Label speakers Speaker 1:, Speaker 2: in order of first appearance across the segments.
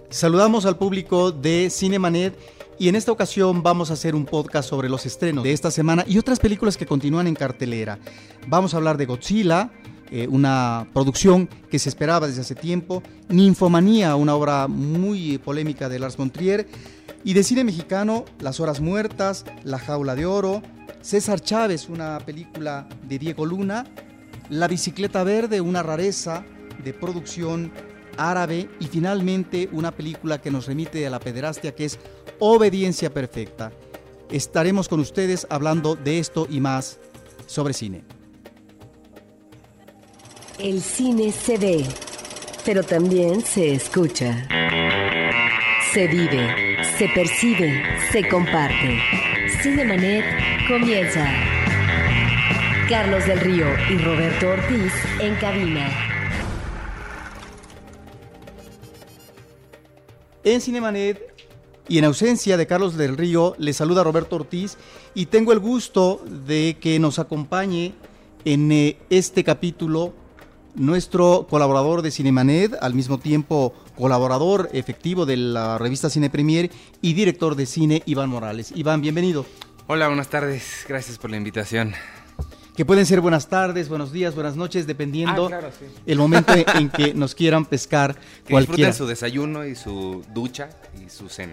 Speaker 1: Saludamos al público de Cinemanet y en esta ocasión vamos a hacer un podcast sobre los estrenos de esta semana y otras películas que continúan en cartelera. Vamos a hablar de Godzilla, una producción que se esperaba desde hace tiempo, Ninfomanía, una obra muy polémica de Lars von Trier, y de cine mexicano, Las Horas Muertas, La Jaula de Oro, César Chávez, una película de Diego Luna, La Bicicleta Verde, una rareza de producción árabe, y finalmente una película que nos remite a la pederastia, que es Obediencia Perfecta. Estaremos con ustedes hablando de esto y más sobre cine.
Speaker 2: El cine se ve, pero también se escucha. Se vive, se percibe, se comparte. Cinemanet comienza. Carlos del Río y Roberto Ortiz en cabina.
Speaker 1: En Cinemanet y en ausencia de Carlos del Río, les saluda Roberto Ortiz y tengo el gusto de que nos acompañe en este capítulo nuestro colaborador de Cinemanet, al mismo tiempo colaborador efectivo de la revista Cine Premier y director de cine, Iván Morales. Iván, bienvenido.
Speaker 3: Hola, buenas tardes, gracias por la invitación.
Speaker 1: Que pueden ser buenas tardes, buenos días, buenas noches, dependiendo
Speaker 3: sí.
Speaker 1: el momento en que nos quieran pescar.
Speaker 3: Que disfruten su desayuno y su ducha y su cena.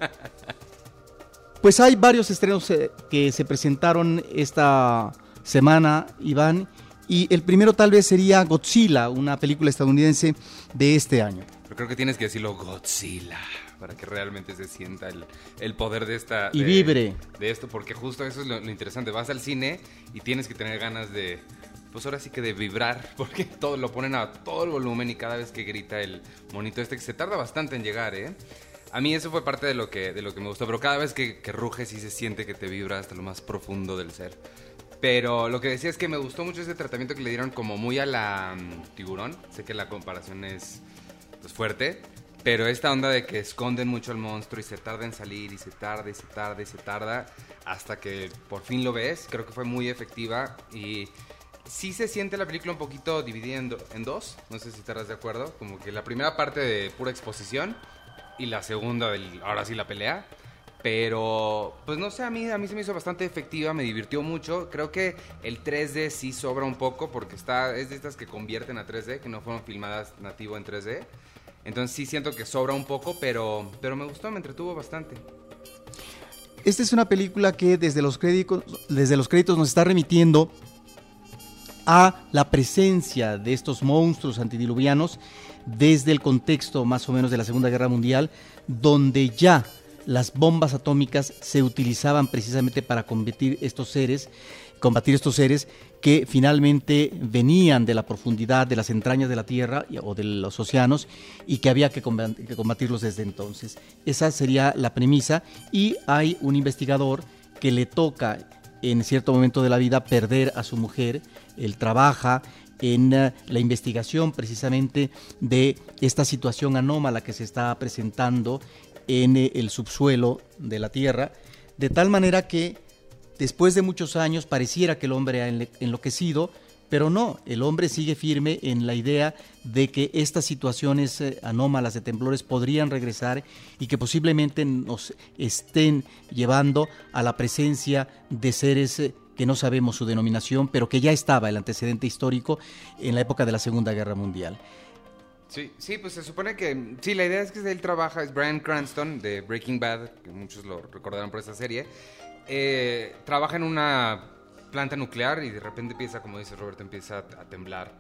Speaker 1: Pues hay varios estrenos que se presentaron esta semana, Iván, y el primero tal vez sería Godzilla, una película estadounidense de este año.
Speaker 3: Pero creo que tienes que decirlo Godzilla, para que realmente se sienta el poder de esta...
Speaker 1: Y vibre.
Speaker 3: De esto, porque justo eso es lo interesante. Vas al cine y tienes que tener ganas de... Pues ahora sí que de vibrar, porque todo lo ponen a todo el volumen y cada vez que grita el monito que se tarda bastante en llegar, ¿eh? A mí eso fue parte de lo que me gustó, pero cada vez que ruge sí se siente que te vibra hasta lo más profundo del ser. Pero lo que decía es que me gustó mucho ese tratamiento que le dieron como muy a la Tiburón. Sé que la comparación es pues fuerte, pero esta onda de que esconden mucho al monstruo y se tarda en salir y se tarda y se tarda y se tarda hasta que por fin lo ves, creo que fue muy efectiva y sí se siente la película un poquito dividida en dos, no sé si estarás de acuerdo, como que la primera parte de pura exposición y la segunda ahora sí la pelea. Pero, pues no sé, a mí se me hizo bastante efectiva, me divirtió mucho. Creo que el 3D sí sobra un poco porque es de estas que convierten a 3D, que no fueron filmadas nativo en 3D. Entonces sí siento que sobra un poco, pero me gustó, me entretuvo bastante.
Speaker 1: Esta es una película que desde los créditos nos está remitiendo a la presencia de estos monstruos antidiluvianos desde el contexto más o menos de la Segunda Guerra Mundial, donde ya las bombas atómicas se utilizaban precisamente para combatir estos seres que finalmente venían de la profundidad, de las entrañas de la Tierra o de los océanos, y que había que combatirlos desde entonces. Esa sería la premisa, y hay un investigador que le toca en cierto momento de la vida perder a su mujer. Él trabaja en la investigación precisamente de esta situación anómala que se está presentando en el subsuelo de la Tierra, de tal manera que después de muchos años pareciera que el hombre ha enloquecido, pero no, el hombre sigue firme en la idea de que estas situaciones anómalas de temblores podrían regresar y que posiblemente nos estén llevando a la presencia de seres que no sabemos su denominación, pero que ya estaba el antecedente histórico en la época de la Segunda Guerra Mundial.
Speaker 3: Sí, pues se supone que... Sí, la idea es que él trabaja, es Bryan Cranston de Breaking Bad, que muchos lo recordarán por esta serie. Trabaja en una planta nuclear y de repente empieza, como dice Roberto, empieza a temblar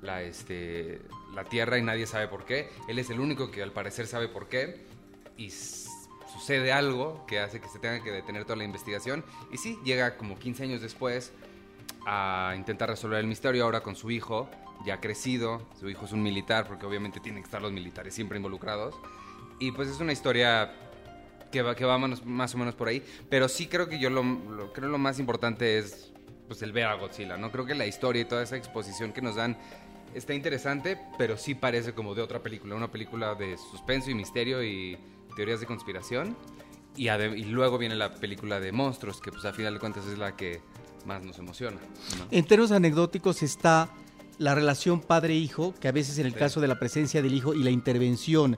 Speaker 3: la tierra y nadie sabe por qué. Él es el único que al parecer sabe por qué y sucede algo que hace que se tenga que detener toda la investigación. Y sí, llega como 15 años después a intentar resolver el misterio, ahora con su hijo ya crecido. Su hijo es un militar, porque obviamente tienen que estar los militares siempre involucrados. Y pues es una historia que va más o menos por ahí. Pero sí creo que lo más importante es pues el ver a Godzilla, ¿no? Creo que la historia y toda esa exposición que nos dan está interesante, pero sí parece como de otra película. Una película de suspenso y misterio y teorías de conspiración. Y luego viene la película de monstruos, que pues a final de cuentas es la que más nos emociona, ¿no?
Speaker 1: En términos anecdóticos está la relación padre-hijo, que a veces en el caso de la presencia del hijo y la intervención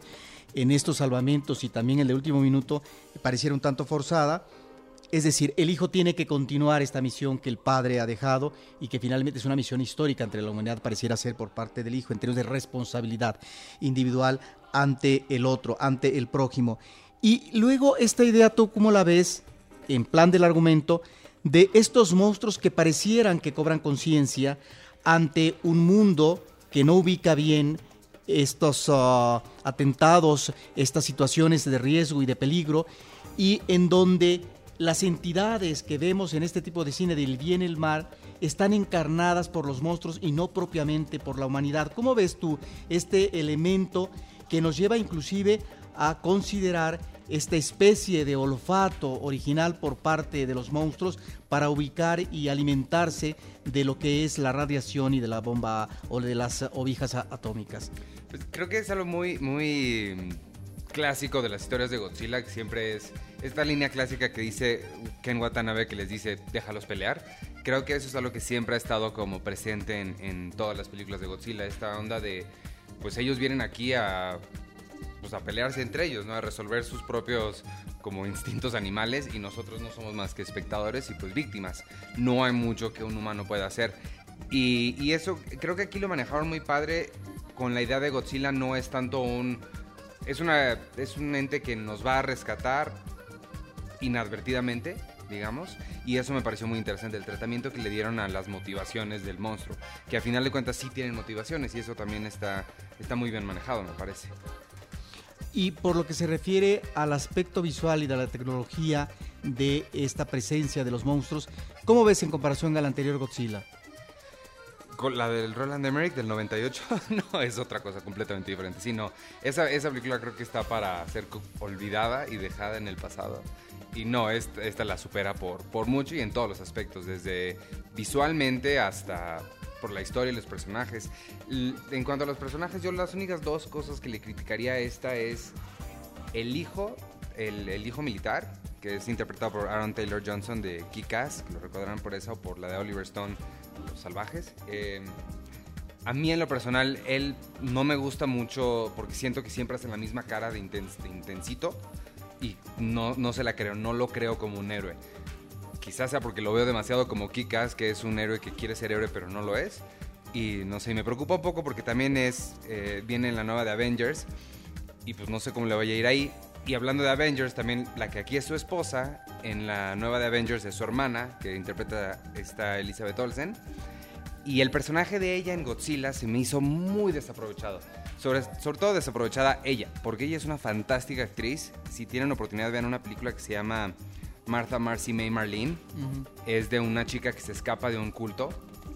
Speaker 1: en estos salvamentos y también el de último minuto pareciera un tanto forzada. Es decir, el hijo tiene que continuar esta misión que el padre ha dejado y que finalmente es una misión histórica entre la humanidad, pareciera ser por parte del hijo, en términos de responsabilidad individual ante el otro, ante el prójimo. Y luego esta idea, ¿tú cómo la ves en plan del argumento de estos monstruos que parecieran que cobran conciencia ante un mundo que no ubica bien estos atentados, estas situaciones de riesgo y de peligro, y en donde las entidades que vemos en este tipo de cine del bien y el mal están encarnadas por los monstruos y no propiamente por la humanidad? ¿Cómo ves tú este elemento que nos lleva inclusive a considerar esta especie de olfato original por parte de los monstruos para ubicar y alimentarse de lo que es la radiación y de la bomba o de las ovijas atómicas?
Speaker 3: Pues creo que es algo muy clásico de las historias de Godzilla, que siempre es esta línea clásica que dice Ken Watanabe, que les dice déjalos pelear. Creo que eso es algo que siempre ha estado como presente en todas las películas de Godzilla, esta onda de pues ellos vienen aquí a pelearse entre ellos, ¿no? A resolver sus propios como instintos animales, y nosotros no somos más que espectadores y pues víctimas. No hay mucho que un humano pueda hacer. Y eso creo que aquí lo manejaron muy padre con la idea de Godzilla. No es tanto es un ente que nos va a rescatar inadvertidamente, digamos, y eso me pareció muy interesante, el tratamiento que le dieron a las motivaciones del monstruo, que a final de cuentas sí tienen motivaciones, y eso también está muy bien manejado, me parece.
Speaker 1: Y por lo que se refiere al aspecto visual y de la tecnología de esta presencia de los monstruos, ¿cómo ves en comparación al anterior Godzilla?
Speaker 3: Con la del Roland Emmerich del 98, no, es otra cosa completamente diferente. Sí, no, esa película creo que está para ser olvidada y dejada en el pasado. Y no, esta la supera por mucho y en todos los aspectos, desde visualmente hasta por la historia y los personajes. En cuanto a los personajes, yo las únicas dos cosas que le criticaría a esta es el hijo militar, que es interpretado por Aaron Taylor Johnson de Kick-Ass, que lo recordarán por esa, o por la de Oliver Stone, Los Salvajes. A mí en lo personal, él no me gusta mucho porque siento que siempre hace la misma cara de intensito, y no se la creo, no lo creo como un héroe. Quizás sea porque lo veo demasiado como Kick-Ass, que es un héroe que quiere ser héroe pero no lo es. Y no sé, me preocupa un poco porque también viene en la nueva de Avengers, y pues no sé cómo le vaya a ir ahí. Y hablando de Avengers, también la que aquí es su esposa, en la nueva de Avengers es su hermana, que interpreta esta Elizabeth Olsen. Y el personaje de ella en Godzilla se me hizo muy desaprovechado. Sobre todo desaprovechada ella, porque ella es una fantástica actriz. Si tienen oportunidad, vean una película que se llama Martha Marcy May Marlene. Es de una chica que se escapa de un culto,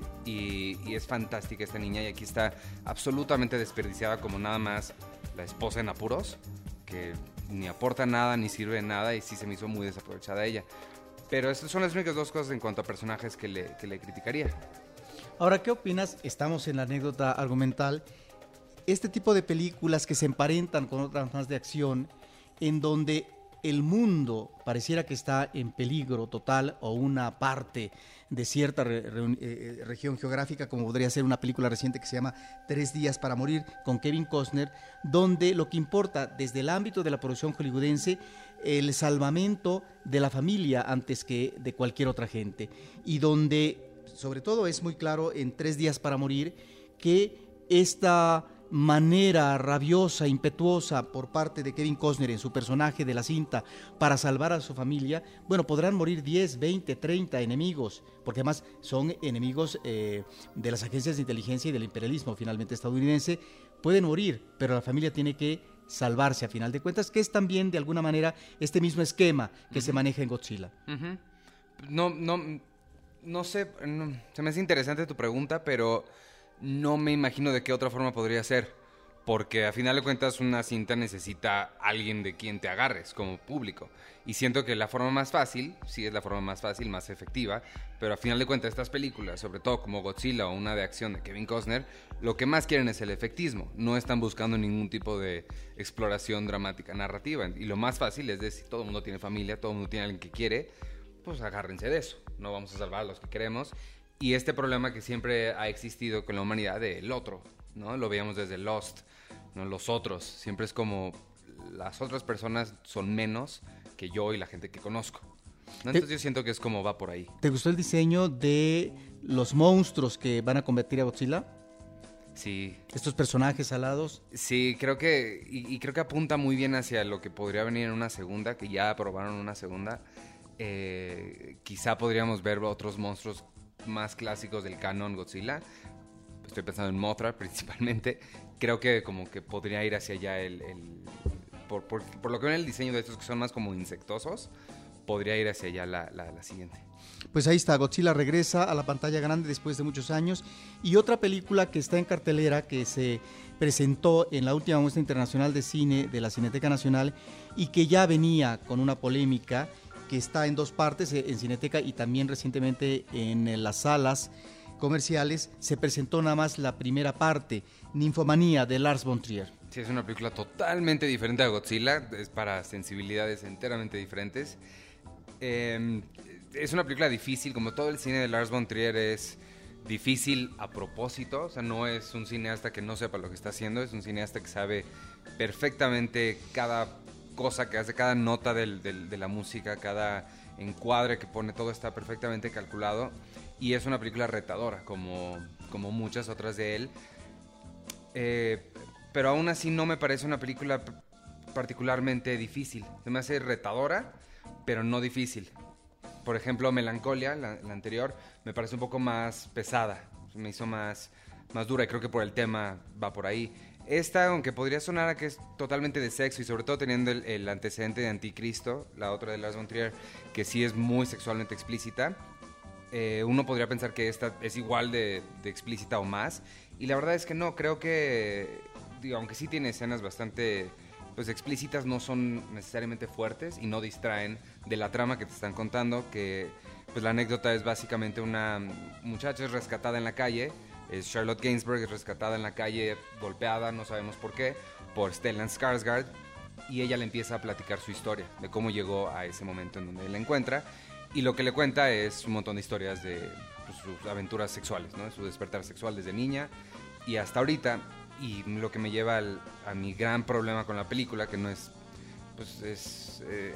Speaker 3: y es fantástica esta niña, y aquí está absolutamente desperdiciada como nada más la esposa en apuros, que ni aporta nada ni sirve de nada, y sí se me hizo muy desaprovechada ella. Pero estas son las únicas dos cosas en cuanto a personajes que le criticaría.
Speaker 1: Ahora, ¿qué opinas? Estamos en la anécdota argumental. Este tipo de películas que se emparentan con otras más de acción, en donde el mundo pareciera que está en peligro total, o una parte de cierta región geográfica, como podría ser una película reciente que se llama 3 días para morir, con Kevin Costner, donde lo que importa desde el ámbito de la producción hollywoodense, el salvamento de la familia antes que de cualquier otra gente, y donde sobre todo es muy claro en 3 días para morir que esta manera rabiosa, impetuosa por parte de Kevin Costner en su personaje de la cinta para salvar a su familia, bueno, podrán morir 10, 20, 30 enemigos, porque además son enemigos de las agencias de inteligencia y del imperialismo finalmente estadounidense, pueden morir, pero la familia tiene que salvarse a final de cuentas, que es también de alguna manera este mismo esquema que se maneja en Godzilla.
Speaker 3: No sé, se me hace interesante tu pregunta, pero no me imagino de qué otra forma podría ser, porque a final de cuentas una cinta necesita alguien de quien te agarres como público, y siento que la forma más fácil, sí es la forma más fácil, más efectiva, pero a final de cuentas estas películas, sobre todo como Godzilla o una de acción de Kevin Costner, lo que más quieren es el efectismo, no están buscando ningún tipo de exploración dramática narrativa, y lo más fácil es decir, todo el mundo tiene familia, todo el mundo tiene a alguien que quiere, pues agárrense de eso, no vamos a salvar a los que queremos. Y este problema que siempre ha existido con la humanidad del otro, ¿no? Lo veíamos desde Lost, ¿no? Los otros, siempre es como las otras personas son menos que yo y la gente que conozco, ¿no? Entonces yo siento que es como va por ahí.
Speaker 1: ¿Te gustó el diseño de los monstruos que van a convertir a Godzilla?
Speaker 3: Sí.
Speaker 1: Estos personajes alados.
Speaker 3: Sí, creo que creo que apunta muy bien hacia lo que podría venir en una segunda, que ya aprobaron una segunda. Quizá podríamos ver otros monstruos más clásicos del canon Godzilla. Estoy pensando en Mothra principalmente. Creo que como que podría ir hacia allá por lo que ven el diseño de estos que son más como insectosos, podría ir hacia allá la siguiente.
Speaker 1: Pues ahí está, Godzilla regresa a la pantalla grande después de muchos años. Y otra película que está en cartelera, que se presentó en la última muestra internacional de cine de la Cineteca Nacional y que ya venía con una polémica, que está en dos partes, en Cineteca y también recientemente en las salas comerciales. Se presentó nada más la primera parte, Ninfomanía, de Lars von Trier.
Speaker 3: Sí, es una película totalmente diferente a Godzilla, es para sensibilidades enteramente diferentes. Es una película difícil, como todo el cine de Lars von Trier es difícil a propósito, o sea, no es un cineasta que no sepa lo que está haciendo, es un cineasta que sabe perfectamente cada cosa que hace, cada nota de la música, cada encuadre que pone, todo está perfectamente calculado y es una película retadora, como muchas otras de él. Pero aún así no me parece una película particularmente difícil. Se me hace retadora, pero no difícil. Por ejemplo, Melancolía, la anterior, me parece un poco más pesada. Me hizo más dura y creo que por el tema va por ahí. Esta, aunque podría sonar a que es totalmente de sexo y sobre todo teniendo el antecedente de Anticristo, la otra de Lars von Trier, que sí es muy sexualmente explícita, uno podría pensar que esta es igual de explícita o más. Y la verdad es que no, creo que, aunque sí tiene escenas bastante pues explícitas, no son necesariamente fuertes y no distraen de la trama que te están contando, que pues la anécdota es básicamente una muchacha es rescatada en la calle, es Charlotte Gainsbourg, es rescatada en la calle golpeada, no sabemos por qué, por Stellan Skarsgård, y ella le empieza a platicar su historia, de cómo llegó a ese momento en donde la encuentra, y lo que le cuenta es un montón de historias de pues, sus aventuras sexuales, ¿no? Su despertar sexual desde niña y hasta ahorita. Y lo que me lleva a mi gran problema con la película, que no es, pues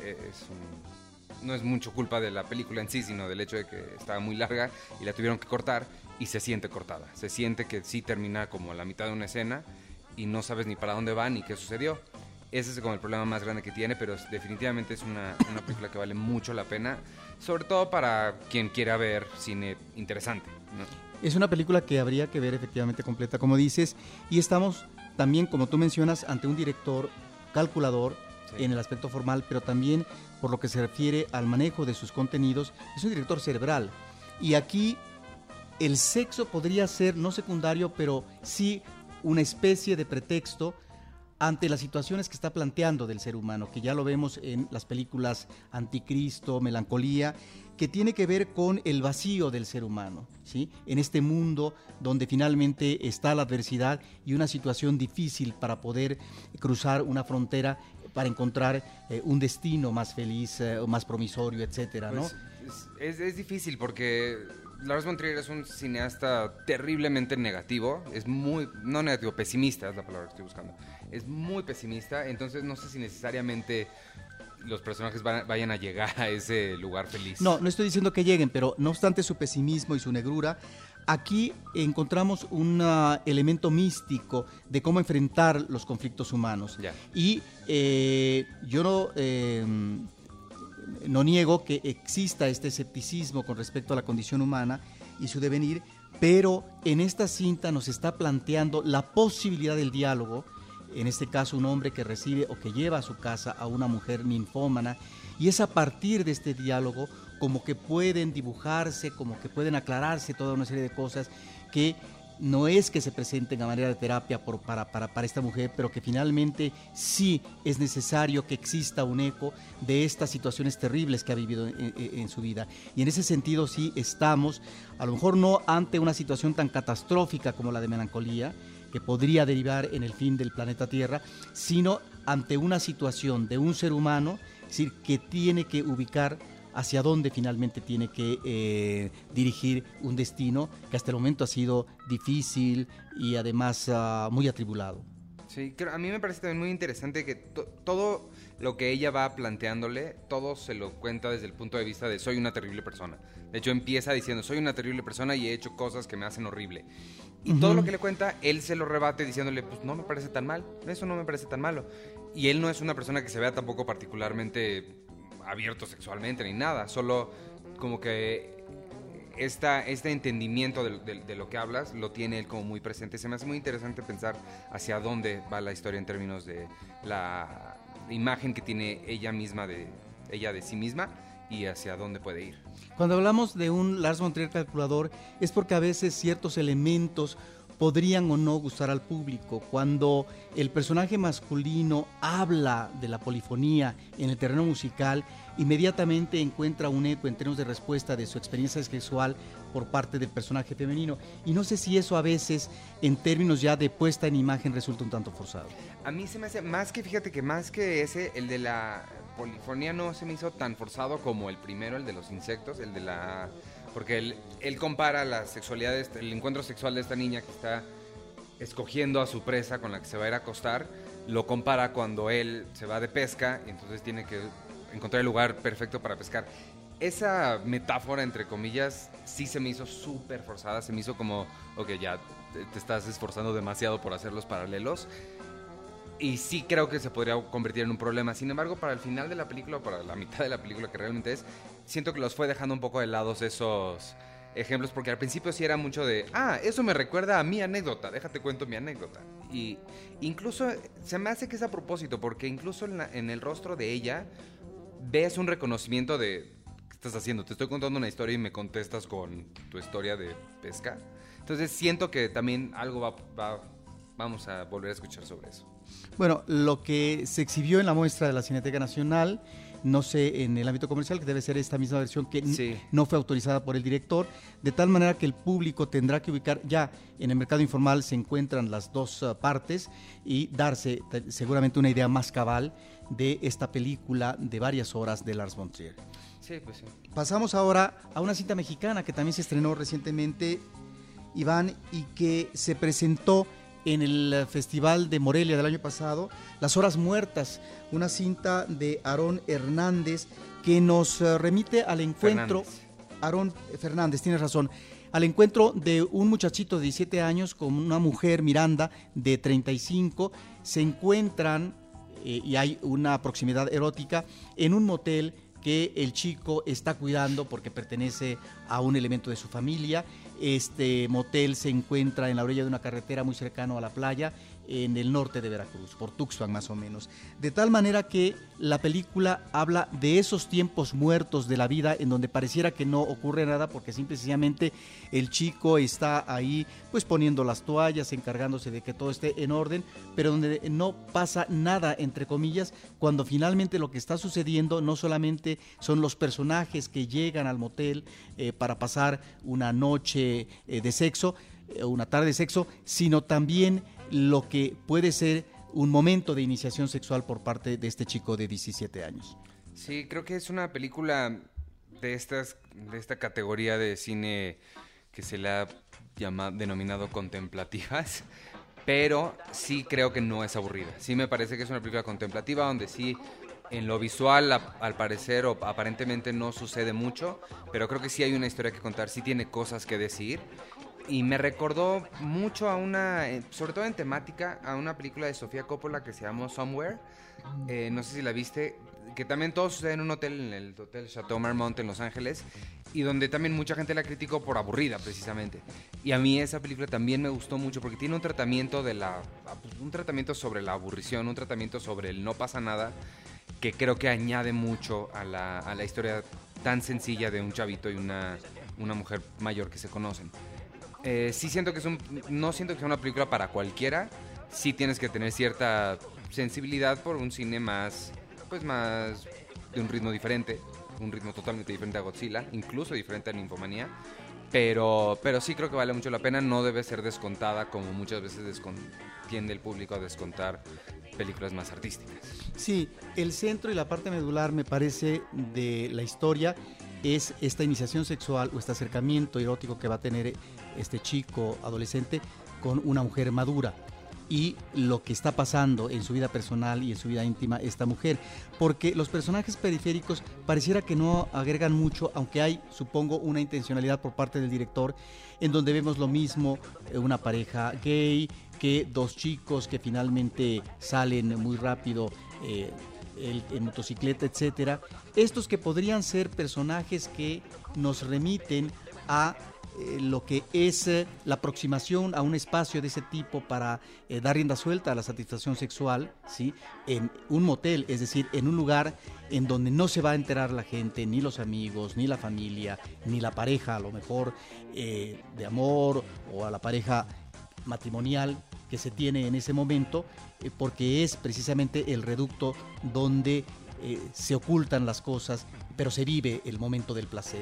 Speaker 3: no es mucho culpa de la película en sí, sino del hecho de que estaba muy larga y la tuvieron que cortar y se siente cortada. Se siente que sí termina como a la mitad de una escena y no sabes ni para dónde va ni qué sucedió. Ese es como el problema más grande que tiene, pero definitivamente es una película que vale mucho la pena, sobre todo para quien quiera ver cine interesante, ¿no?
Speaker 1: Es una película que habría que ver efectivamente completa, como dices, y estamos también, como tú mencionas, ante un director calculador, sí, en el aspecto formal, pero también por lo que se refiere al manejo de sus contenidos, es un director cerebral. Y aquí el sexo podría ser no secundario, pero sí una especie de pretexto ante las situaciones que está planteando del ser humano, que ya lo vemos en las películas Anticristo, Melancolía, que tiene que ver con el vacío del ser humano, ¿sí? En este mundo donde finalmente está la adversidad y una situación difícil para poder cruzar una frontera para encontrar un destino más feliz, más promisorio, etcétera, ¿no?
Speaker 3: Pues es difícil porque Lars von Trier es un cineasta terriblemente negativo, es muy, no negativo, pesimista es la palabra que estoy buscando, es muy pesimista, entonces no sé si necesariamente los personajes vayan a llegar a ese lugar feliz.
Speaker 1: No estoy diciendo que lleguen, pero no obstante su pesimismo y su negrura, aquí encontramos un elemento místico de cómo enfrentar los conflictos humanos.
Speaker 3: Ya.
Speaker 1: Y yo no niego que exista este escepticismo con respecto a la condición humana y su devenir, pero en esta cinta nos está planteando la posibilidad del diálogo, en este caso un hombre que recibe o que lleva a su casa a una mujer ninfómana, y es a partir de este diálogo como que pueden dibujarse, como que pueden aclararse toda una serie de cosas que no es que se presenten a manera de terapia para esta mujer, pero que finalmente sí es necesario que exista un eco de estas situaciones terribles que ha vivido en su vida. Y en ese sentido sí estamos, a lo mejor no ante una situación tan catastrófica como la de Melancolía, que podría derivar en el fin del planeta Tierra, sino ante una situación de un ser humano, es decir, que tiene que ubicar hacia dónde finalmente tiene que dirigir un destino que hasta el momento ha sido difícil y además muy atribulado.
Speaker 3: Sí, a mí me parece también muy interesante que todo lo que ella va planteándole, todo se lo cuenta desde el punto de vista de soy una terrible persona. De hecho, empieza diciendo soy una terrible persona y he hecho cosas que me hacen horrible. Y todo lo que le cuenta, él se lo rebate diciéndole, pues no me parece tan mal, eso no me parece tan malo. Y él no es una persona que se vea tampoco particularmente abierto sexualmente ni nada, solo como que este entendimiento de lo que hablas lo tiene él como muy presente. Se me hace muy interesante pensar hacia dónde va la historia en términos de la imagen que tiene ella misma de sí misma y hacia dónde puede ir.
Speaker 1: Cuando hablamos de un Lars von Trier calculador es porque a veces ciertos elementos podrían o no gustar al público. Cuando el personaje masculino habla de la polifonía en el terreno musical, inmediatamente encuentra un eco en términos de respuesta de su experiencia sexual por parte del personaje femenino. Y no sé si eso a veces, en términos ya de puesta en imagen, resulta un tanto forzado.
Speaker 3: A mí se me hace, más que ese, el de la polifonía no se me hizo tan forzado como el primero, el de los insectos, el de la... Porque él compara la sexualidad, el encuentro sexual de esta niña que está escogiendo a su presa con la que se va a ir a acostar, lo compara cuando él se va de pesca y entonces tiene que encontrar el lugar perfecto para pescar. Esa metáfora, entre comillas, sí se me hizo súper forzada, se me hizo como, ok, ya te estás esforzando demasiado por hacer los paralelos. Y sí creo que se podría convertir en un problema. Sin embargo, para el final de la película, para la mitad de la película que realmente es, siento que los fue dejando un poco de lado esos ejemplos, porque al principio sí era mucho de, eso me recuerda a mi anécdota, déjate cuento mi anécdota. Y incluso se me hace que es a propósito, porque incluso en el rostro de ella ves un reconocimiento de, ¿qué estás haciendo? Te estoy contando una historia y me contestas con tu historia de pesca. Entonces siento que también algo vamos a volver a escuchar sobre eso.
Speaker 1: Bueno, lo que se exhibió en la muestra de la Cineteca Nacional, no sé, en el ámbito comercial, que debe ser esta misma versión que sí, no fue autorizada por el director, de tal manera que el público tendrá que ubicar, ya en el mercado informal se encuentran las dos partes y darse seguramente una idea más cabal de esta película de varias horas de Lars von Trier.
Speaker 3: Sí, pues sí.
Speaker 1: Pasamos ahora a una cinta mexicana que también se estrenó recientemente, Iván, y que se presentó en el Festival de Morelia del año pasado, Las Horas Muertas, una cinta de Aarón Hernández que nos remite al encuentro... Aarón Fernández, tienes razón, al encuentro de un muchachito de 17 años con una mujer, Miranda, de 35, se encuentran, y hay una proximidad erótica, en un motel que el chico está cuidando porque pertenece a un elemento de su familia. Este motel se encuentra en la orilla de una carretera muy cercano a la playa, en el norte de Veracruz, por Tuxpan más o menos. De tal manera que la película habla de esos tiempos muertos de la vida en donde pareciera que no ocurre nada porque simple y sencillamente el chico está ahí pues poniendo las toallas, encargándose de que todo esté en orden, pero donde no pasa nada, entre comillas, cuando finalmente lo que está sucediendo no solamente son los personajes que llegan al motel para pasar una noche de sexo, una tarde de sexo, sino también lo que puede ser un momento de iniciación sexual por parte de este chico de 17 años.
Speaker 3: Sí, creo que es una película de esta categoría de cine que se le ha denominado contemplativas, pero sí creo que no es aburrida. Sí me parece que es una película contemplativa donde sí, en lo visual, al parecer o aparentemente no sucede mucho, pero creo que sí hay una historia que contar, sí tiene cosas que decir. Y me recordó mucho a sobre todo en temática, a una película de Sofía Coppola que se llamó Somewhere. No sé si la viste, que también todo sucede en un hotel, en el Hotel Chateau Marmont en Los Ángeles, y donde también mucha gente la criticó por aburrida, precisamente. Y a mí esa película también me gustó mucho porque tiene un tratamiento sobre la aburrición, un tratamiento sobre el no pasa nada, que creo que añade mucho a la historia tan sencilla de un chavito y una mujer mayor que se conocen. Sí siento que no siento que sea una película para cualquiera. Sí tienes que tener cierta sensibilidad por un cine más de un ritmo diferente, un ritmo totalmente diferente a Godzilla, incluso diferente a Ninfomanía. Pero sí creo que vale mucho la pena. No debe ser descontada como muchas veces tiende el público a descontar películas más artísticas.
Speaker 1: Sí, el centro y la parte medular, me parece, de la historia es esta iniciación sexual o este acercamiento erótico que va a tener este chico adolescente con una mujer madura. y lo que está pasando en su vida personal y en su vida íntima esta mujer, porque los personajes periféricos pareciera que no agregan mucho, aunque hay, supongo, una intencionalidad por parte del director, en donde vemos lo mismo, una pareja gay, que dos chicos que finalmente salen muy rápido en motocicleta, etcétera. Estos que podrían ser personajes que nos remiten a lo que es la aproximación a un espacio de ese tipo para dar rienda suelta a la satisfacción sexual, ¿sí? En un motel, es decir, en un lugar en donde no se va a enterar la gente, ni los amigos, ni la familia, ni la pareja, a lo mejor de amor, o a la pareja matrimonial que se tiene en ese momento, porque es precisamente el reducto donde se ocultan las cosas, pero se vive el momento del placer.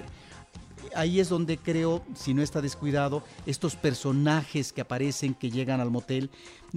Speaker 1: Ahí es donde creo, si no está descuidado, estos personajes que aparecen, que llegan al motel,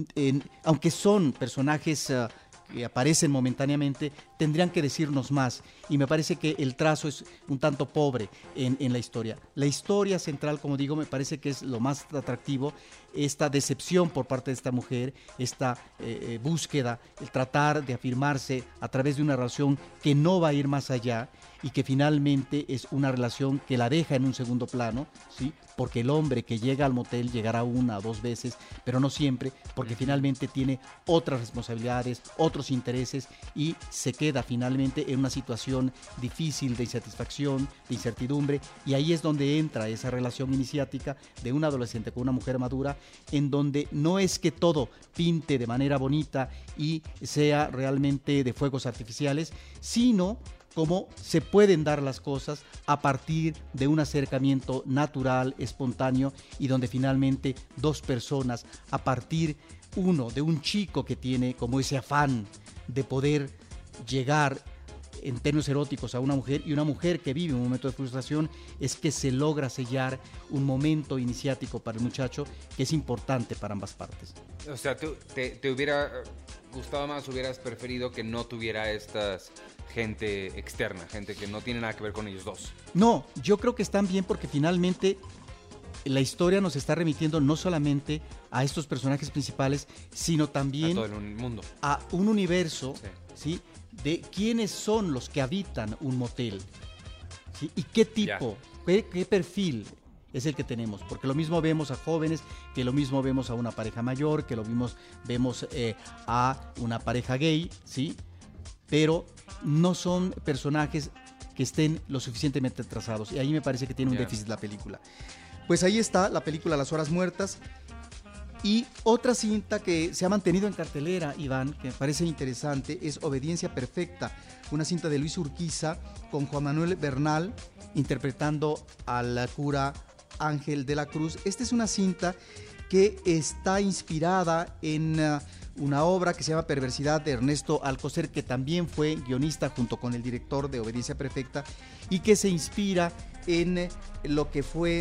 Speaker 1: aunque son personajes que aparecen momentáneamente, tendrían que decirnos más. Y me parece que el trazo es un tanto pobre en la historia. La historia central, como digo, me parece que es lo más atractivo, esta decepción por parte de esta mujer, esta búsqueda, el tratar de afirmarse a través de una relación que no va a ir más allá, y que finalmente es una relación que la deja en un segundo plano, ¿sí? Porque el hombre que llega al motel llegará una o dos veces, pero no siempre, porque finalmente tiene otras responsabilidades, otros intereses, y se queda finalmente en una situación difícil de insatisfacción, de incertidumbre, y ahí es donde entra esa relación iniciática de un adolescente con una mujer madura, en donde no es que todo pinte de manera bonita y sea realmente de fuegos artificiales, sino cómo se pueden dar las cosas a partir de un acercamiento natural, espontáneo, y donde finalmente dos personas, a partir de un chico que tiene como ese afán de poder llegar en términos eróticos a una mujer, y una mujer que vive un momento de frustración, es que se logra sellar un momento iniciático para el muchacho que es importante para ambas partes.
Speaker 3: O sea, ¿te hubiera gustado más, hubieras preferido que no tuviera estas gente externa, gente que no tiene nada que ver con ellos dos?
Speaker 1: No, yo creo que están bien, porque finalmente la historia nos está remitiendo no solamente a estos personajes principales, sino también
Speaker 3: a todo el mundo,
Speaker 1: a un universo, ¿sí? De quiénes son los que habitan un motel, ¿sí? Y qué tipo, qué perfil es el que tenemos, porque lo mismo vemos a jóvenes, que lo mismo vemos a una pareja mayor, que lo mismo vemos a una pareja gay, ¿sí? Pero no son personajes que estén lo suficientemente trazados, y ahí me parece que tiene un déficit la película. Pues ahí está la película Las Horas Muertas. Y otra cinta que se ha mantenido en cartelera, Iván, que me parece interesante, es Obediencia Perfecta, una cinta de Luis Urquiza con Juan Manuel Bernal interpretando al cura Ángel de la Cruz. Esta es una cinta que está inspirada en una obra que se llama Perversidad, de Ernesto Alcocer, que también fue guionista junto con el director de Obediencia Perfecta, y que se inspira en lo que fue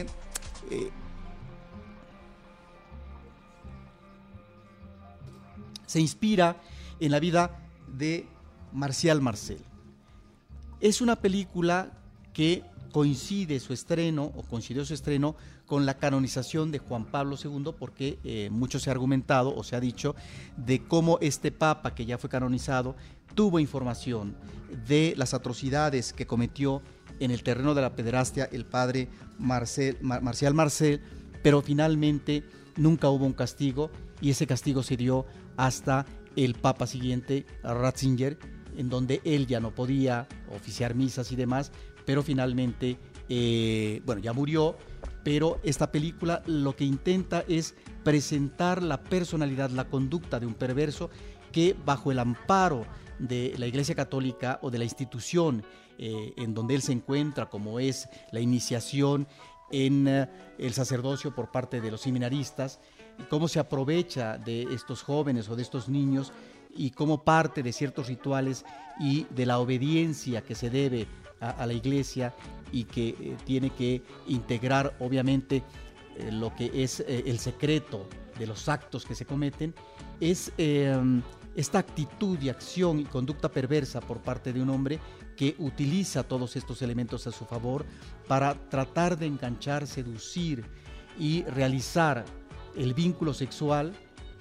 Speaker 1: se inspira en la vida de Marcial Marcel. Es una película que coincidió su estreno con la canonización de Juan Pablo II, porque mucho se ha argumentado o se ha dicho de cómo este papa, que ya fue canonizado, tuvo información de las atrocidades que cometió en el terreno de la pederastia el padre Marcial Marcel, pero finalmente nunca hubo un castigo, y ese castigo se dio hasta el papa siguiente, Ratzinger, en donde él ya no podía oficiar misas y demás, pero finalmente, ya murió. Pero esta película lo que intenta es presentar la personalidad, la conducta de un perverso que, bajo el amparo de la Iglesia Católica o de la institución en donde él se encuentra, como es la iniciación en el sacerdocio por parte de los seminaristas, cómo se aprovecha de estos jóvenes o de estos niños, y cómo parte de ciertos rituales y de la obediencia que se debe a la Iglesia, y que tiene que integrar obviamente lo que es el secreto de los actos que se cometen, es esta actitud y acción y conducta perversa por parte de un hombre que utiliza todos estos elementos a su favor para tratar de enganchar, seducir y realizar el vínculo sexual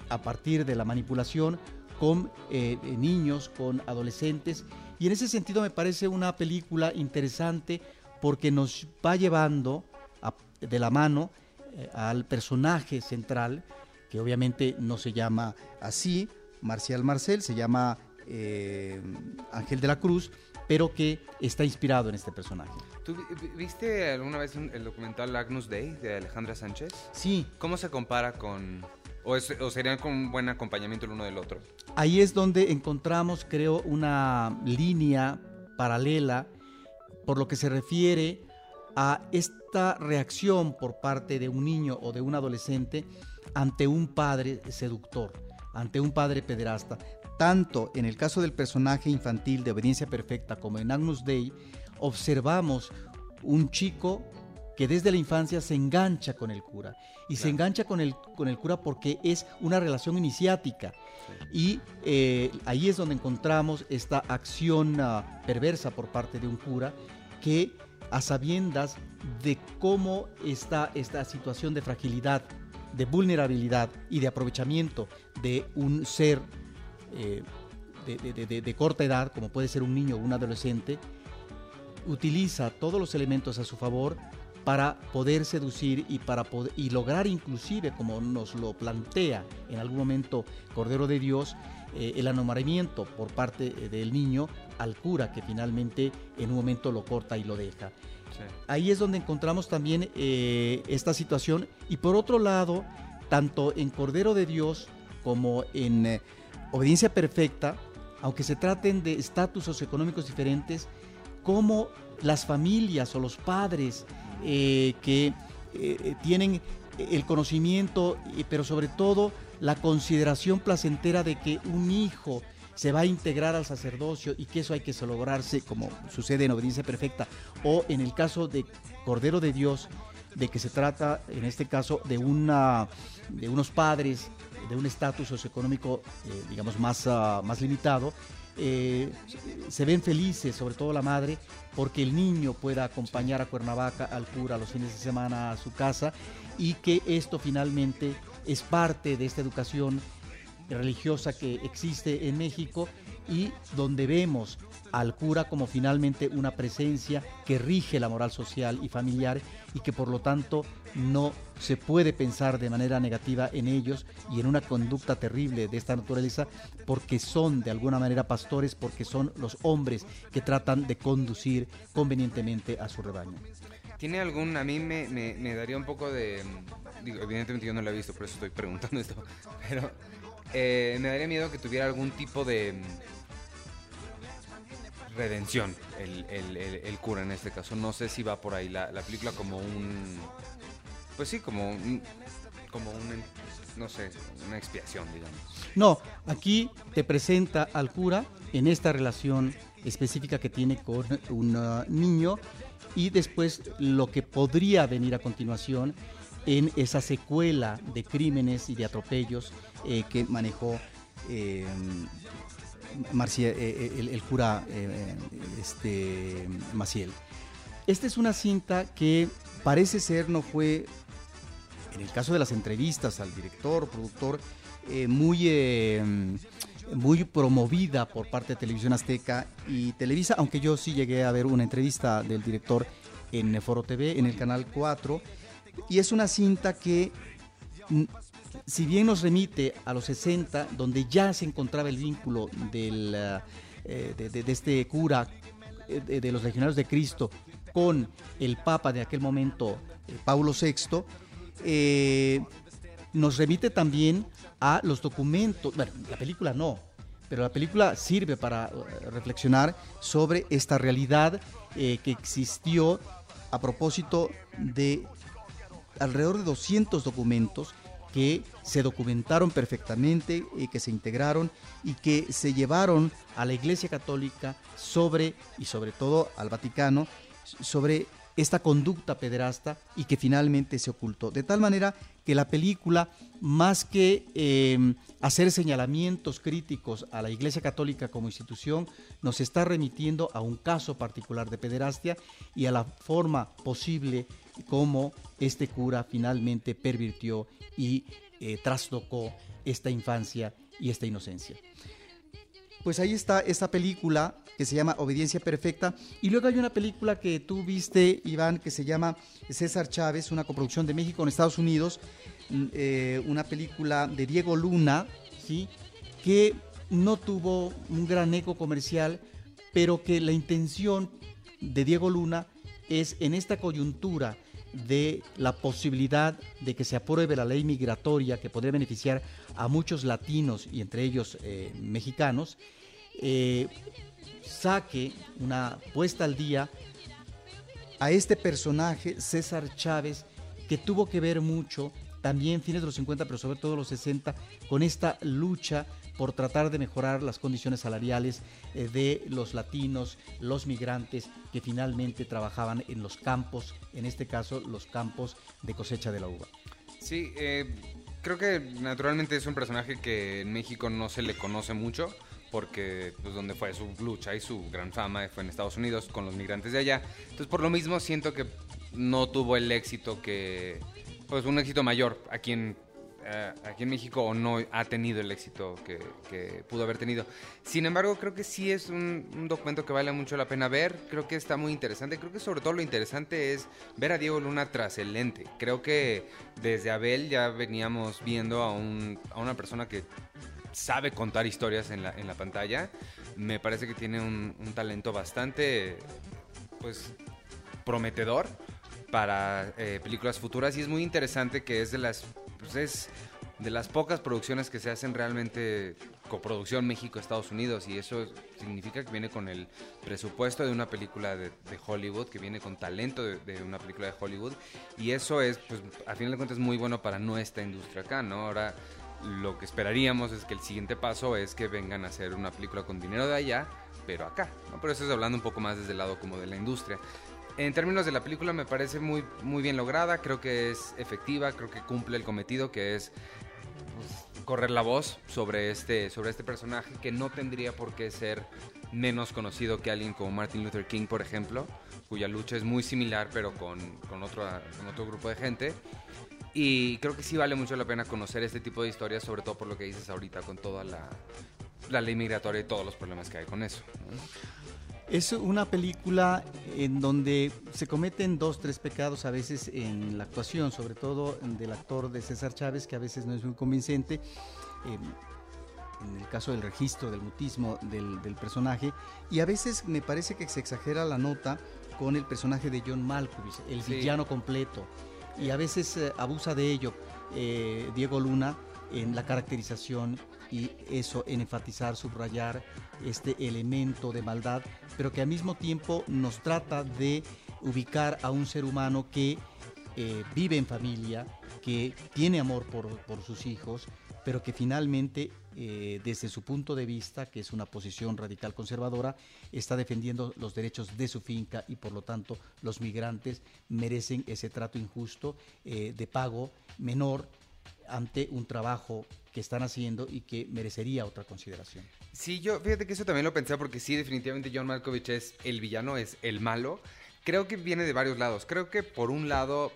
Speaker 1: a partir de la manipulación con niños, con adolescentes, y en ese sentido me parece una película interesante porque nos va llevando de la mano al personaje central, que obviamente no se llama así, Marcial Marcel, se llama Ángel de la Cruz, pero que está inspirado en este personaje.
Speaker 3: ¿Tú viste alguna vez el documental Agnus Dei de Alejandra Sánchez?
Speaker 1: Sí.
Speaker 3: ¿Cómo se compara con... o serían con un buen acompañamiento el uno del otro?
Speaker 1: Ahí es donde encontramos, creo, una línea paralela por lo que se refiere a esta reacción por parte de un niño o de un adolescente ante un padre seductor, ante un padre pederasta. Tanto en el caso del personaje infantil de Obediencia Perfecta como en Agnus Dei, observamos un chico que desde la infancia se engancha con el cura. Y claro, se engancha con el cura porque es una relación iniciática. Sí. Y ahí es donde encontramos esta acción perversa por parte de un cura que, a sabiendas de cómo está esta situación de fragilidad, de vulnerabilidad y de aprovechamiento de un ser de corta edad, como puede ser un niño o un adolescente, utiliza todos los elementos a su favor para poder seducir y lograr inclusive, como nos lo plantea en algún momento Cordero de Dios, el enamoramiento por parte del niño al cura, que finalmente en un momento lo corta y lo deja. Sí. Ahí es donde encontramos también esta situación. Y por otro lado, tanto en Cordero de Dios como en Obediencia Perfecta, aunque se traten de estatus socioeconómicos diferentes, como las familias o los padres que tienen el conocimiento, pero sobre todo la consideración placentera de que un hijo se va a integrar al sacerdocio y que eso hay que lograrse, como sucede en Obediencia Perfecta, o en el caso de Cordero de Dios, de que se trata en este caso de unos padres de un estatus socioeconómico digamos más limitado. Se ven felices, sobre todo la madre, porque el niño pueda acompañar a Cuernavaca al cura los fines de semana a su casa, y que esto finalmente es parte de esta educación religiosa que existe en México, y donde vemos al cura como finalmente una presencia que rige la moral social y familiar, y que por lo tanto no se puede pensar de manera negativa en ellos y en una conducta terrible de esta naturaleza, porque son de alguna manera pastores, porque son los hombres que tratan de conducir convenientemente a su rebaño.
Speaker 3: ¿Tiene algún, a mí me daría un poco de, digo, evidentemente yo no lo he visto, por eso estoy preguntando esto, pero me daría miedo que tuviera algún tipo de redención el cura en este caso? No sé si va por ahí la película como un... Pues sí, como un no sé, una expiación, digamos.
Speaker 1: No, aquí te presenta al cura en esta relación específica que tiene con un niño, y después lo que podría venir a continuación en esa secuela de crímenes y de atropellos que manejó el cura Maciel. Esta es una cinta que parece ser, no fue, en el caso de las entrevistas al director, productor, muy promovida por parte de Televisión Azteca y Televisa, aunque yo sí llegué a ver una entrevista del director en Foro TV, en el Canal 4, y es una cinta que, si bien nos remite a los 60, donde ya se encontraba el vínculo de este cura de los Legionarios de Cristo con el Papa de aquel momento, Paulo VI, nos remite también a los documentos. Bueno, la película no, pero la película sirve para reflexionar sobre esta realidad que existió a propósito de alrededor de 200 documentos que se documentaron perfectamente, que se integraron y que se llevaron a la Iglesia Católica y sobre todo al Vaticano, sobre esta conducta pederasta, y que finalmente se ocultó. De tal manera que la película, más que hacer señalamientos críticos a la Iglesia Católica como institución, nos está remitiendo a un caso particular de pederastia y a la forma posible como este cura finalmente pervirtió y trastocó esta infancia y esta inocencia. Pues ahí está esta película que se llama Obediencia Perfecta. Y luego hay una película que tú viste, Iván, que se llama César Chávez, una coproducción de México con Estados Unidos, una película de Diego Luna, ¿sí?, que no tuvo un gran eco comercial, pero que la intención de Diego Luna es, en esta coyuntura de la posibilidad de que se apruebe la ley migratoria que podría beneficiar a muchos latinos y entre ellos mexicanos, saque una puesta al día a este personaje, César Chávez, que tuvo que ver mucho, también fines de los 50, pero sobre todo los 60, con esta lucha por tratar de mejorar las condiciones salariales de los latinos, los migrantes que finalmente trabajaban en los campos, en este caso los campos de cosecha de la uva.
Speaker 3: Sí, creo que naturalmente es un personaje que en México no se le conoce mucho, porque pues, donde fue su lucha y su gran fama fue en Estados Unidos con los migrantes de allá. Entonces, por lo mismo, siento que no tuvo el éxito pues un éxito mayor aquí en México, o no ha tenido el éxito que pudo haber tenido. Sin embargo, creo que sí es un documento que vale mucho la pena ver. Creo que está muy interesante. Creo que sobre todo lo interesante es ver a Diego Luna tras el lente. Creo que desde Abel ya veníamos viendo a una persona que sabe contar historias en la pantalla. Me parece que tiene un talento bastante pues prometedor para películas futuras, y es muy interesante que es de las pocas producciones que se hacen realmente coproducción México-Estados Unidos, y eso significa que viene con el presupuesto de una película de Hollywood, que viene con talento de una película de Hollywood, y eso es, pues, a final de cuentas, muy bueno para nuestra industria acá, ¿no? Ahora, lo que esperaríamos es que el siguiente paso es que vengan a hacer una película con dinero de allá, pero acá, ¿no? Pero eso es hablando un poco más desde el lado como de la industria. En términos de la película me parece muy, muy bien lograda, creo que es efectiva, creo que cumple el cometido, que es pues, correr la voz sobre este personaje, que no tendría por qué ser menos conocido que alguien como Martin Luther King, por ejemplo, cuya lucha es muy similar pero con otro grupo de gente. Y creo que sí vale mucho la pena conocer este tipo de historias, sobre todo por lo que dices ahorita, con toda la ley migratoria y todos los problemas que hay con eso, ¿no?
Speaker 1: Es una película en donde se cometen 2-3 pecados a veces en la actuación, sobre todo del actor de César Chávez, que a veces no es muy convincente, en el caso del registro, del mutismo del personaje, y a veces me parece que se exagera la nota con el personaje de John Malkovich, el villano completo, y a veces abusa de ello Diego Luna en la caracterización, y eso, en enfatizar, subrayar este elemento de maldad, pero que al mismo tiempo nos trata de ubicar a un ser humano que vive en familia, que tiene amor por sus hijos, pero que finalmente, desde su punto de vista, que es una posición radical conservadora, está defendiendo los derechos de su finca, y por lo tanto los migrantes merecen ese trato injusto de pago menor ante un trabajo que están haciendo y que merecería otra consideración.
Speaker 3: Sí, fíjate que eso también lo pensé, porque sí, definitivamente John Malkovich es el villano, es el malo. Creo que viene de varios lados. Creo que por un lado,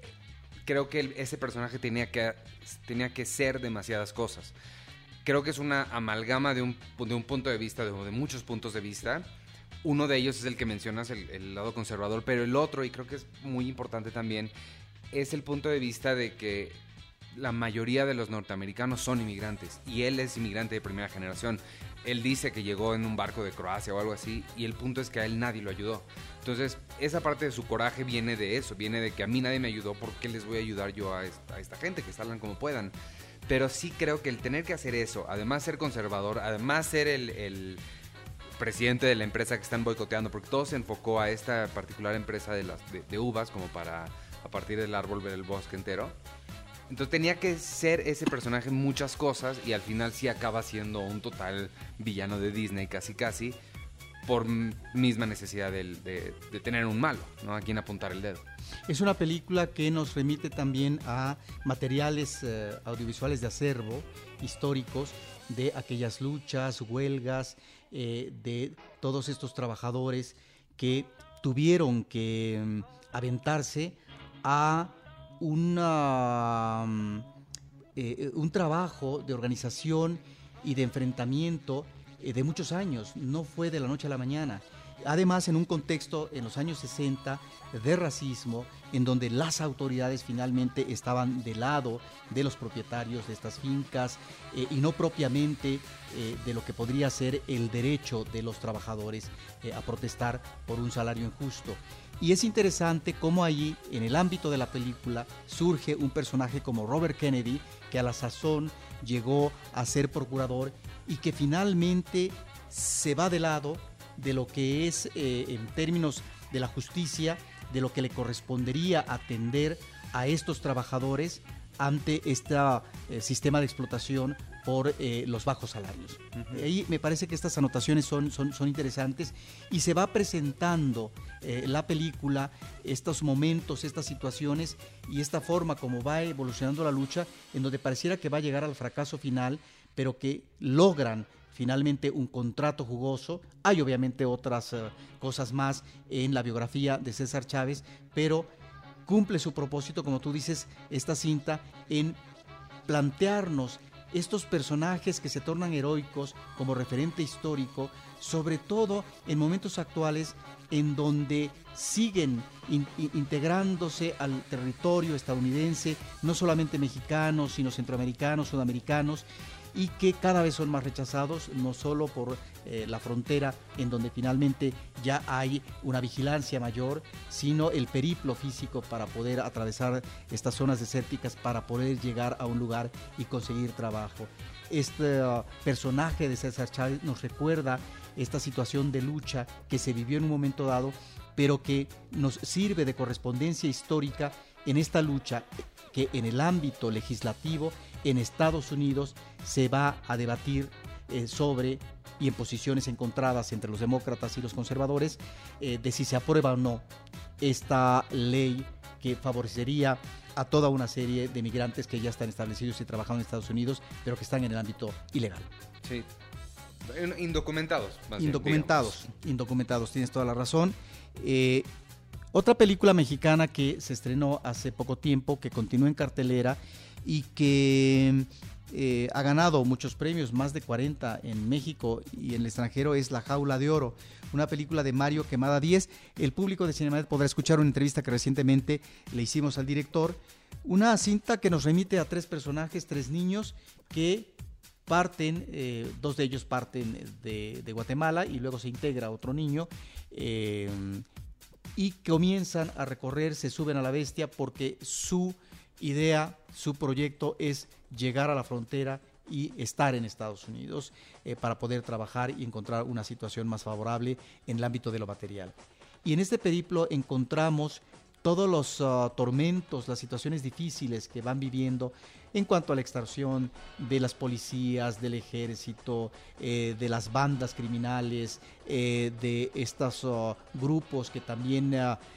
Speaker 3: creo que ese personaje tenía que ser demasiadas cosas. Creo que es una amalgama de un punto de vista, de muchos puntos de vista. Uno de ellos es el que mencionas, el lado conservador, pero el otro, y creo que es muy importante también, es el punto de vista de que la mayoría de los norteamericanos son inmigrantes, y él es inmigrante de primera generación. Él dice que llegó en un barco de Croacia o algo así, y el punto es que a él nadie lo ayudó. Entonces, esa parte de su coraje viene de eso, viene de que a mí nadie me ayudó, ¿por qué les voy a ayudar yo a esta gente? Que salgan como puedan. Pero sí creo que el tener que hacer eso, además ser conservador, además ser el presidente de la empresa que están boicoteando, porque todo se enfocó a esta particular empresa de uvas, como para a partir del árbol ver el bosque entero. Entonces tenía que ser ese personaje muchas cosas, y al final sí acaba siendo un total villano de Disney, casi, por misma necesidad de tener un malo, ¿no? A quien apuntar el dedo.
Speaker 1: Es una película que nos remite también a materiales audiovisuales de acervo, históricos, de aquellas luchas, huelgas, de todos estos trabajadores que tuvieron que aventarse a una un trabajo de organización y de enfrentamiento de muchos años, no fue de la noche a la mañana. Además, en un contexto en los años 60 de racismo, en donde las autoridades finalmente estaban del lado de los propietarios de estas fincas y no propiamente de lo que podría ser el derecho de los trabajadores a protestar por un salario injusto. Y es interesante cómo allí, en el ámbito de la película, surge un personaje como Robert Kennedy, que a la sazón llegó a ser procurador y que finalmente se va de lado de lo que es, en términos de la justicia, de lo que le correspondería atender a estos trabajadores ante este sistema de explotación por los bajos salarios. Ahí me parece que estas anotaciones son interesantes y se va presentando la película, estos momentos, estas situaciones y esta forma como va evolucionando la lucha, en donde pareciera que va a llegar al fracaso final, pero que logran finalmente un contrato jugoso. Hay obviamente otras cosas más en la biografía de César Chávez, pero cumple su propósito, como tú dices, esta cinta, en plantearnos estos personajes que se tornan heroicos como referente histórico, sobre todo en momentos actuales en donde siguen integrándose al territorio estadounidense, no solamente mexicanos, sino centroamericanos, sudamericanos, y que cada vez son más rechazados, no solo por la frontera, en donde finalmente ya hay una vigilancia mayor, sino el periplo físico para poder atravesar estas zonas desérticas, para poder llegar a un lugar y conseguir trabajo. Este personaje de César Chávez nos recuerda esta situación de lucha que se vivió en un momento dado, pero que nos sirve de correspondencia histórica en esta lucha que en el ámbito legislativo en Estados Unidos se va a debatir sobre, y en posiciones encontradas entre los demócratas y los conservadores, de si se aprueba o no esta ley que favorecería a toda una serie de migrantes que ya están establecidos y trabajando en Estados Unidos, pero que están en el ámbito ilegal.
Speaker 3: Sí. Indocumentados.
Speaker 1: Indocumentados, tienes toda la razón. Otra película mexicana que se estrenó hace poco tiempo, que continúa en cartelera y que ha ganado muchos premios, más de 40 en México y en el extranjero, es La Jaula de Oro, una película de Mario Quemada Díez. El público de Cinemanet podrá escuchar una entrevista que recientemente le hicimos al director, una cinta que nos remite a tres personajes, tres niños que parten, dos de ellos parten de Guatemala y luego se integra otro niño, y comienzan a recorrer, se suben a la bestia porque su idea, su proyecto es llegar a la frontera y estar en Estados Unidos para poder trabajar y encontrar una situación más favorable en el ámbito de lo material. Y en este periplo encontramos todos los tormentos, las situaciones difíciles que van viviendo en cuanto a la extorsión de las policías, del ejército, de las bandas criminales, de estos grupos que también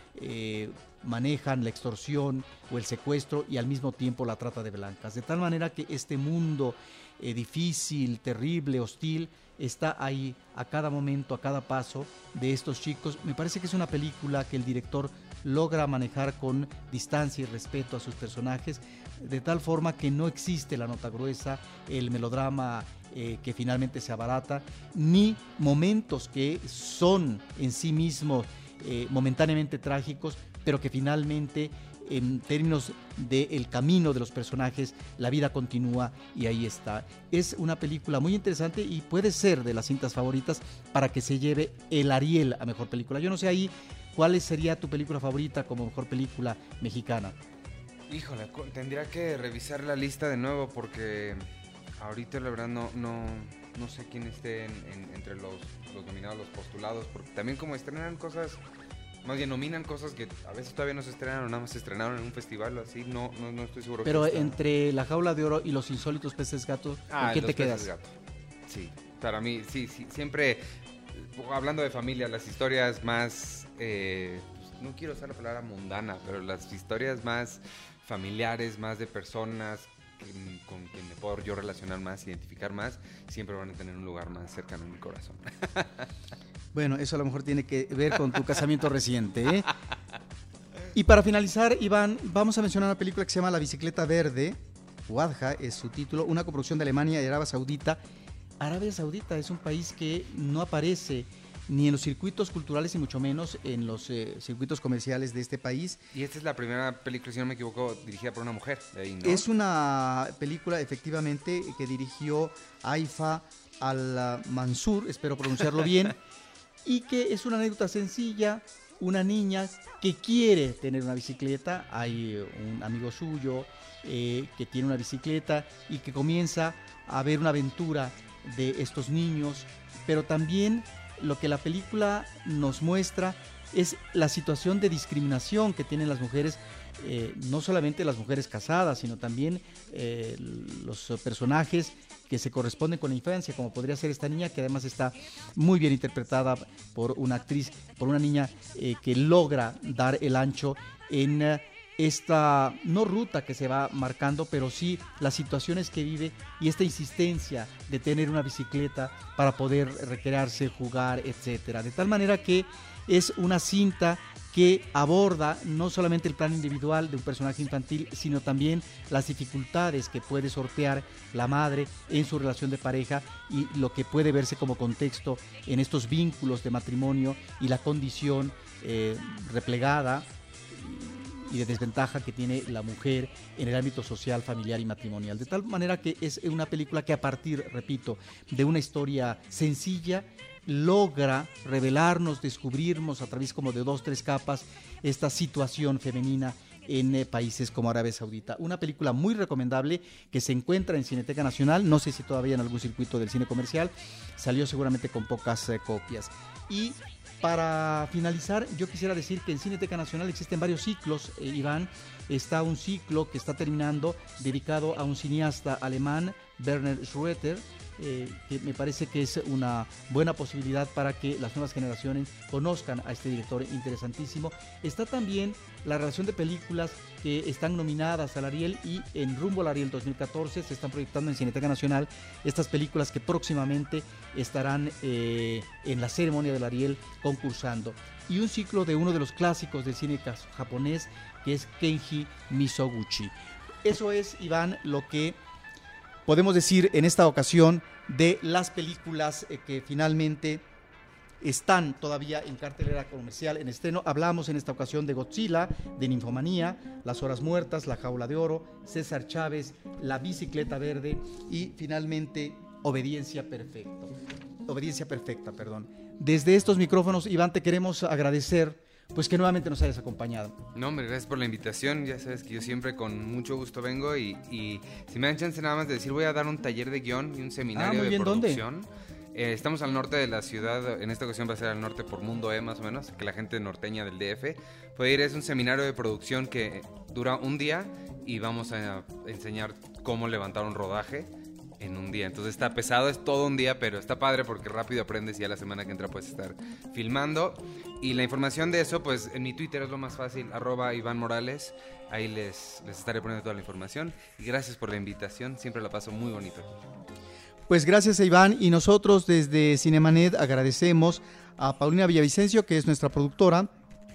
Speaker 1: manejan la extorsión o el secuestro y al mismo tiempo la trata de blancas. De tal manera que este mundo difícil, terrible, hostil, está ahí a cada momento, a cada paso de estos chicos. Me parece que es una película que el director logra manejar con distancia y respeto a sus personajes, de tal forma que no existe la nota gruesa, el melodrama que finalmente se abarata, ni momentos que son en sí mismos momentáneamente trágicos, pero que finalmente, en términos del camino de los personajes, la vida continúa y ahí está. Es una película muy interesante y puede ser de las cintas favoritas para que se lleve el Ariel a Mejor Película. Yo no sé ahí, ¿cuál sería tu película favorita como Mejor Película Mexicana?
Speaker 3: Híjole, tendría que revisar la lista de nuevo porque ahorita la verdad no sé quién esté entre los nominados, los postulados, porque también como estrenan cosas, más bien nominan cosas que a veces todavía no se estrenan o nada más se estrenaron en un festival o así, no estoy seguro.
Speaker 1: Pero entre La Jaula de Oro y Los Insólitos Peces Gato, ¿con quién te quedas?
Speaker 3: Gato. Sí, para mí, sí, siempre, hablando de familia, las historias más, no quiero usar la palabra mundana, pero las historias más familiares, más de personas con quien me puedo yo relacionar más, identificar más, siempre van a tener un lugar más cercano en mi corazón.
Speaker 1: Bueno, eso a lo mejor tiene que ver con tu casamiento reciente, ¿eh? Y para finalizar, Iván, vamos a mencionar una película que se llama La Bicicleta Verde, Wadha es su título, una coproducción de Alemania y Arabia Saudita. Arabia Saudita es un país que no aparece ni en los circuitos culturales y mucho menos en los circuitos comerciales de este país.
Speaker 3: Y esta es la primera película, si no me equivoco, dirigida por una mujer de ahí, ¿no?
Speaker 1: Es una película, efectivamente, que dirigió Haifa Al-Mansur, espero pronunciarlo bien, y que es una anécdota sencilla. Una niña que quiere tener una bicicleta, hay un amigo suyo que tiene una bicicleta y que comienza a ver una aventura de estos niños, pero también lo que la película nos muestra es la situación de discriminación que tienen las mujeres, no solamente las mujeres casadas, sino también los personajes que se corresponden con la infancia, como podría ser esta niña, que además está muy bien interpretada por una actriz, por una niña que logra dar el ancho en esta, no ruta que se va marcando, pero sí las situaciones que vive y esta insistencia de tener una bicicleta para poder recrearse, jugar, etcétera. De tal manera que es una cinta que aborda no solamente el plano individual de un personaje infantil, sino también las dificultades que puede sortear la madre en su relación de pareja y lo que puede verse como contexto en estos vínculos de matrimonio y la condición replegada y de desventaja que tiene la mujer en el ámbito social, familiar y matrimonial. De tal manera que es una película que a partir, repito, de una historia sencilla, logra revelarnos, descubrirnos a través como de 2-3 capas esta situación femenina en países como Arabia Saudita. Una película muy recomendable que se encuentra en Cineteca Nacional, no sé si todavía en algún circuito del cine comercial, salió seguramente con pocas copias. Y para finalizar, yo quisiera decir que en Cineteca Nacional existen varios ciclos, Iván. Está un ciclo que está terminando dedicado a un cineasta alemán, Werner Schroeter, que me parece que es una buena posibilidad para que las nuevas generaciones conozcan a este director interesantísimo. Está también la relación de películas que están nominadas al Ariel y en rumbo al Ariel 2014 se están proyectando en Cineteca Nacional estas películas que próximamente estarán en la ceremonia del Ariel concursando. Y un ciclo de uno de los clásicos del cine japonés, que es Kenji Mizoguchi. Eso es, Iván, lo que podemos decir en esta ocasión de las películas que finalmente están todavía en cartelera comercial, en estreno. Hablamos en esta ocasión de Godzilla, de Ninfomanía, Las Horas Muertas, La Jaula de Oro, César Chávez, La Bicicleta Verde y finalmente Obediencia Perfecta. Desde estos micrófonos, Iván, te queremos agradecer pues que nuevamente nos hayas acompañado.
Speaker 3: No, hombre, gracias por la invitación. Ya sabes que yo siempre con mucho gusto vengo y si me dan chance nada más de decir, voy a dar un taller de guión y un seminario de producción. Estamos al norte de la ciudad, en esta ocasión va a ser al norte por Mundo E más o menos, que la gente norteña del DF puede ir. Es un seminario de producción que dura un día y vamos a enseñar cómo levantar un rodaje en un día. Entonces está pesado, es todo un día, pero está padre porque rápido aprendes y ya la semana que entra puedes estar filmando. Y la información de eso, pues en mi Twitter es lo más fácil, @Iván Morales. Ahí les estaré poniendo toda la información. Y gracias por la invitación, siempre la paso muy bonito.
Speaker 1: Pues gracias a Iván, y nosotros desde Cinemanet agradecemos a Paulina Villavicencio, que es nuestra productora,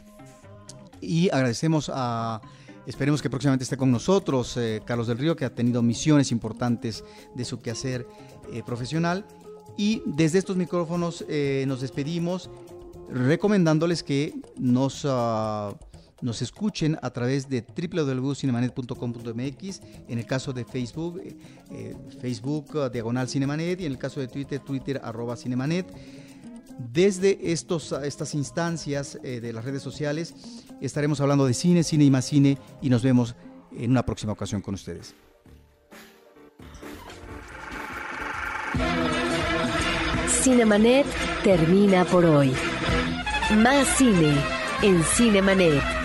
Speaker 1: y agradecemos esperemos que próximamente esté con nosotros Carlos del Río, que ha tenido misiones importantes de su quehacer profesional. Y desde estos micrófonos nos despedimos recomendándoles que nos escuchen a través de www.cinemanet.com.mx, en el caso de Facebook, /Cinemanet, y en el caso de Twitter, @Cinemanet. Desde estas instancias de las redes sociales estaremos hablando de cine y más cine, y nos vemos en una próxima ocasión con ustedes.
Speaker 2: Cinemanet termina por hoy. Más cine en Cinemanet.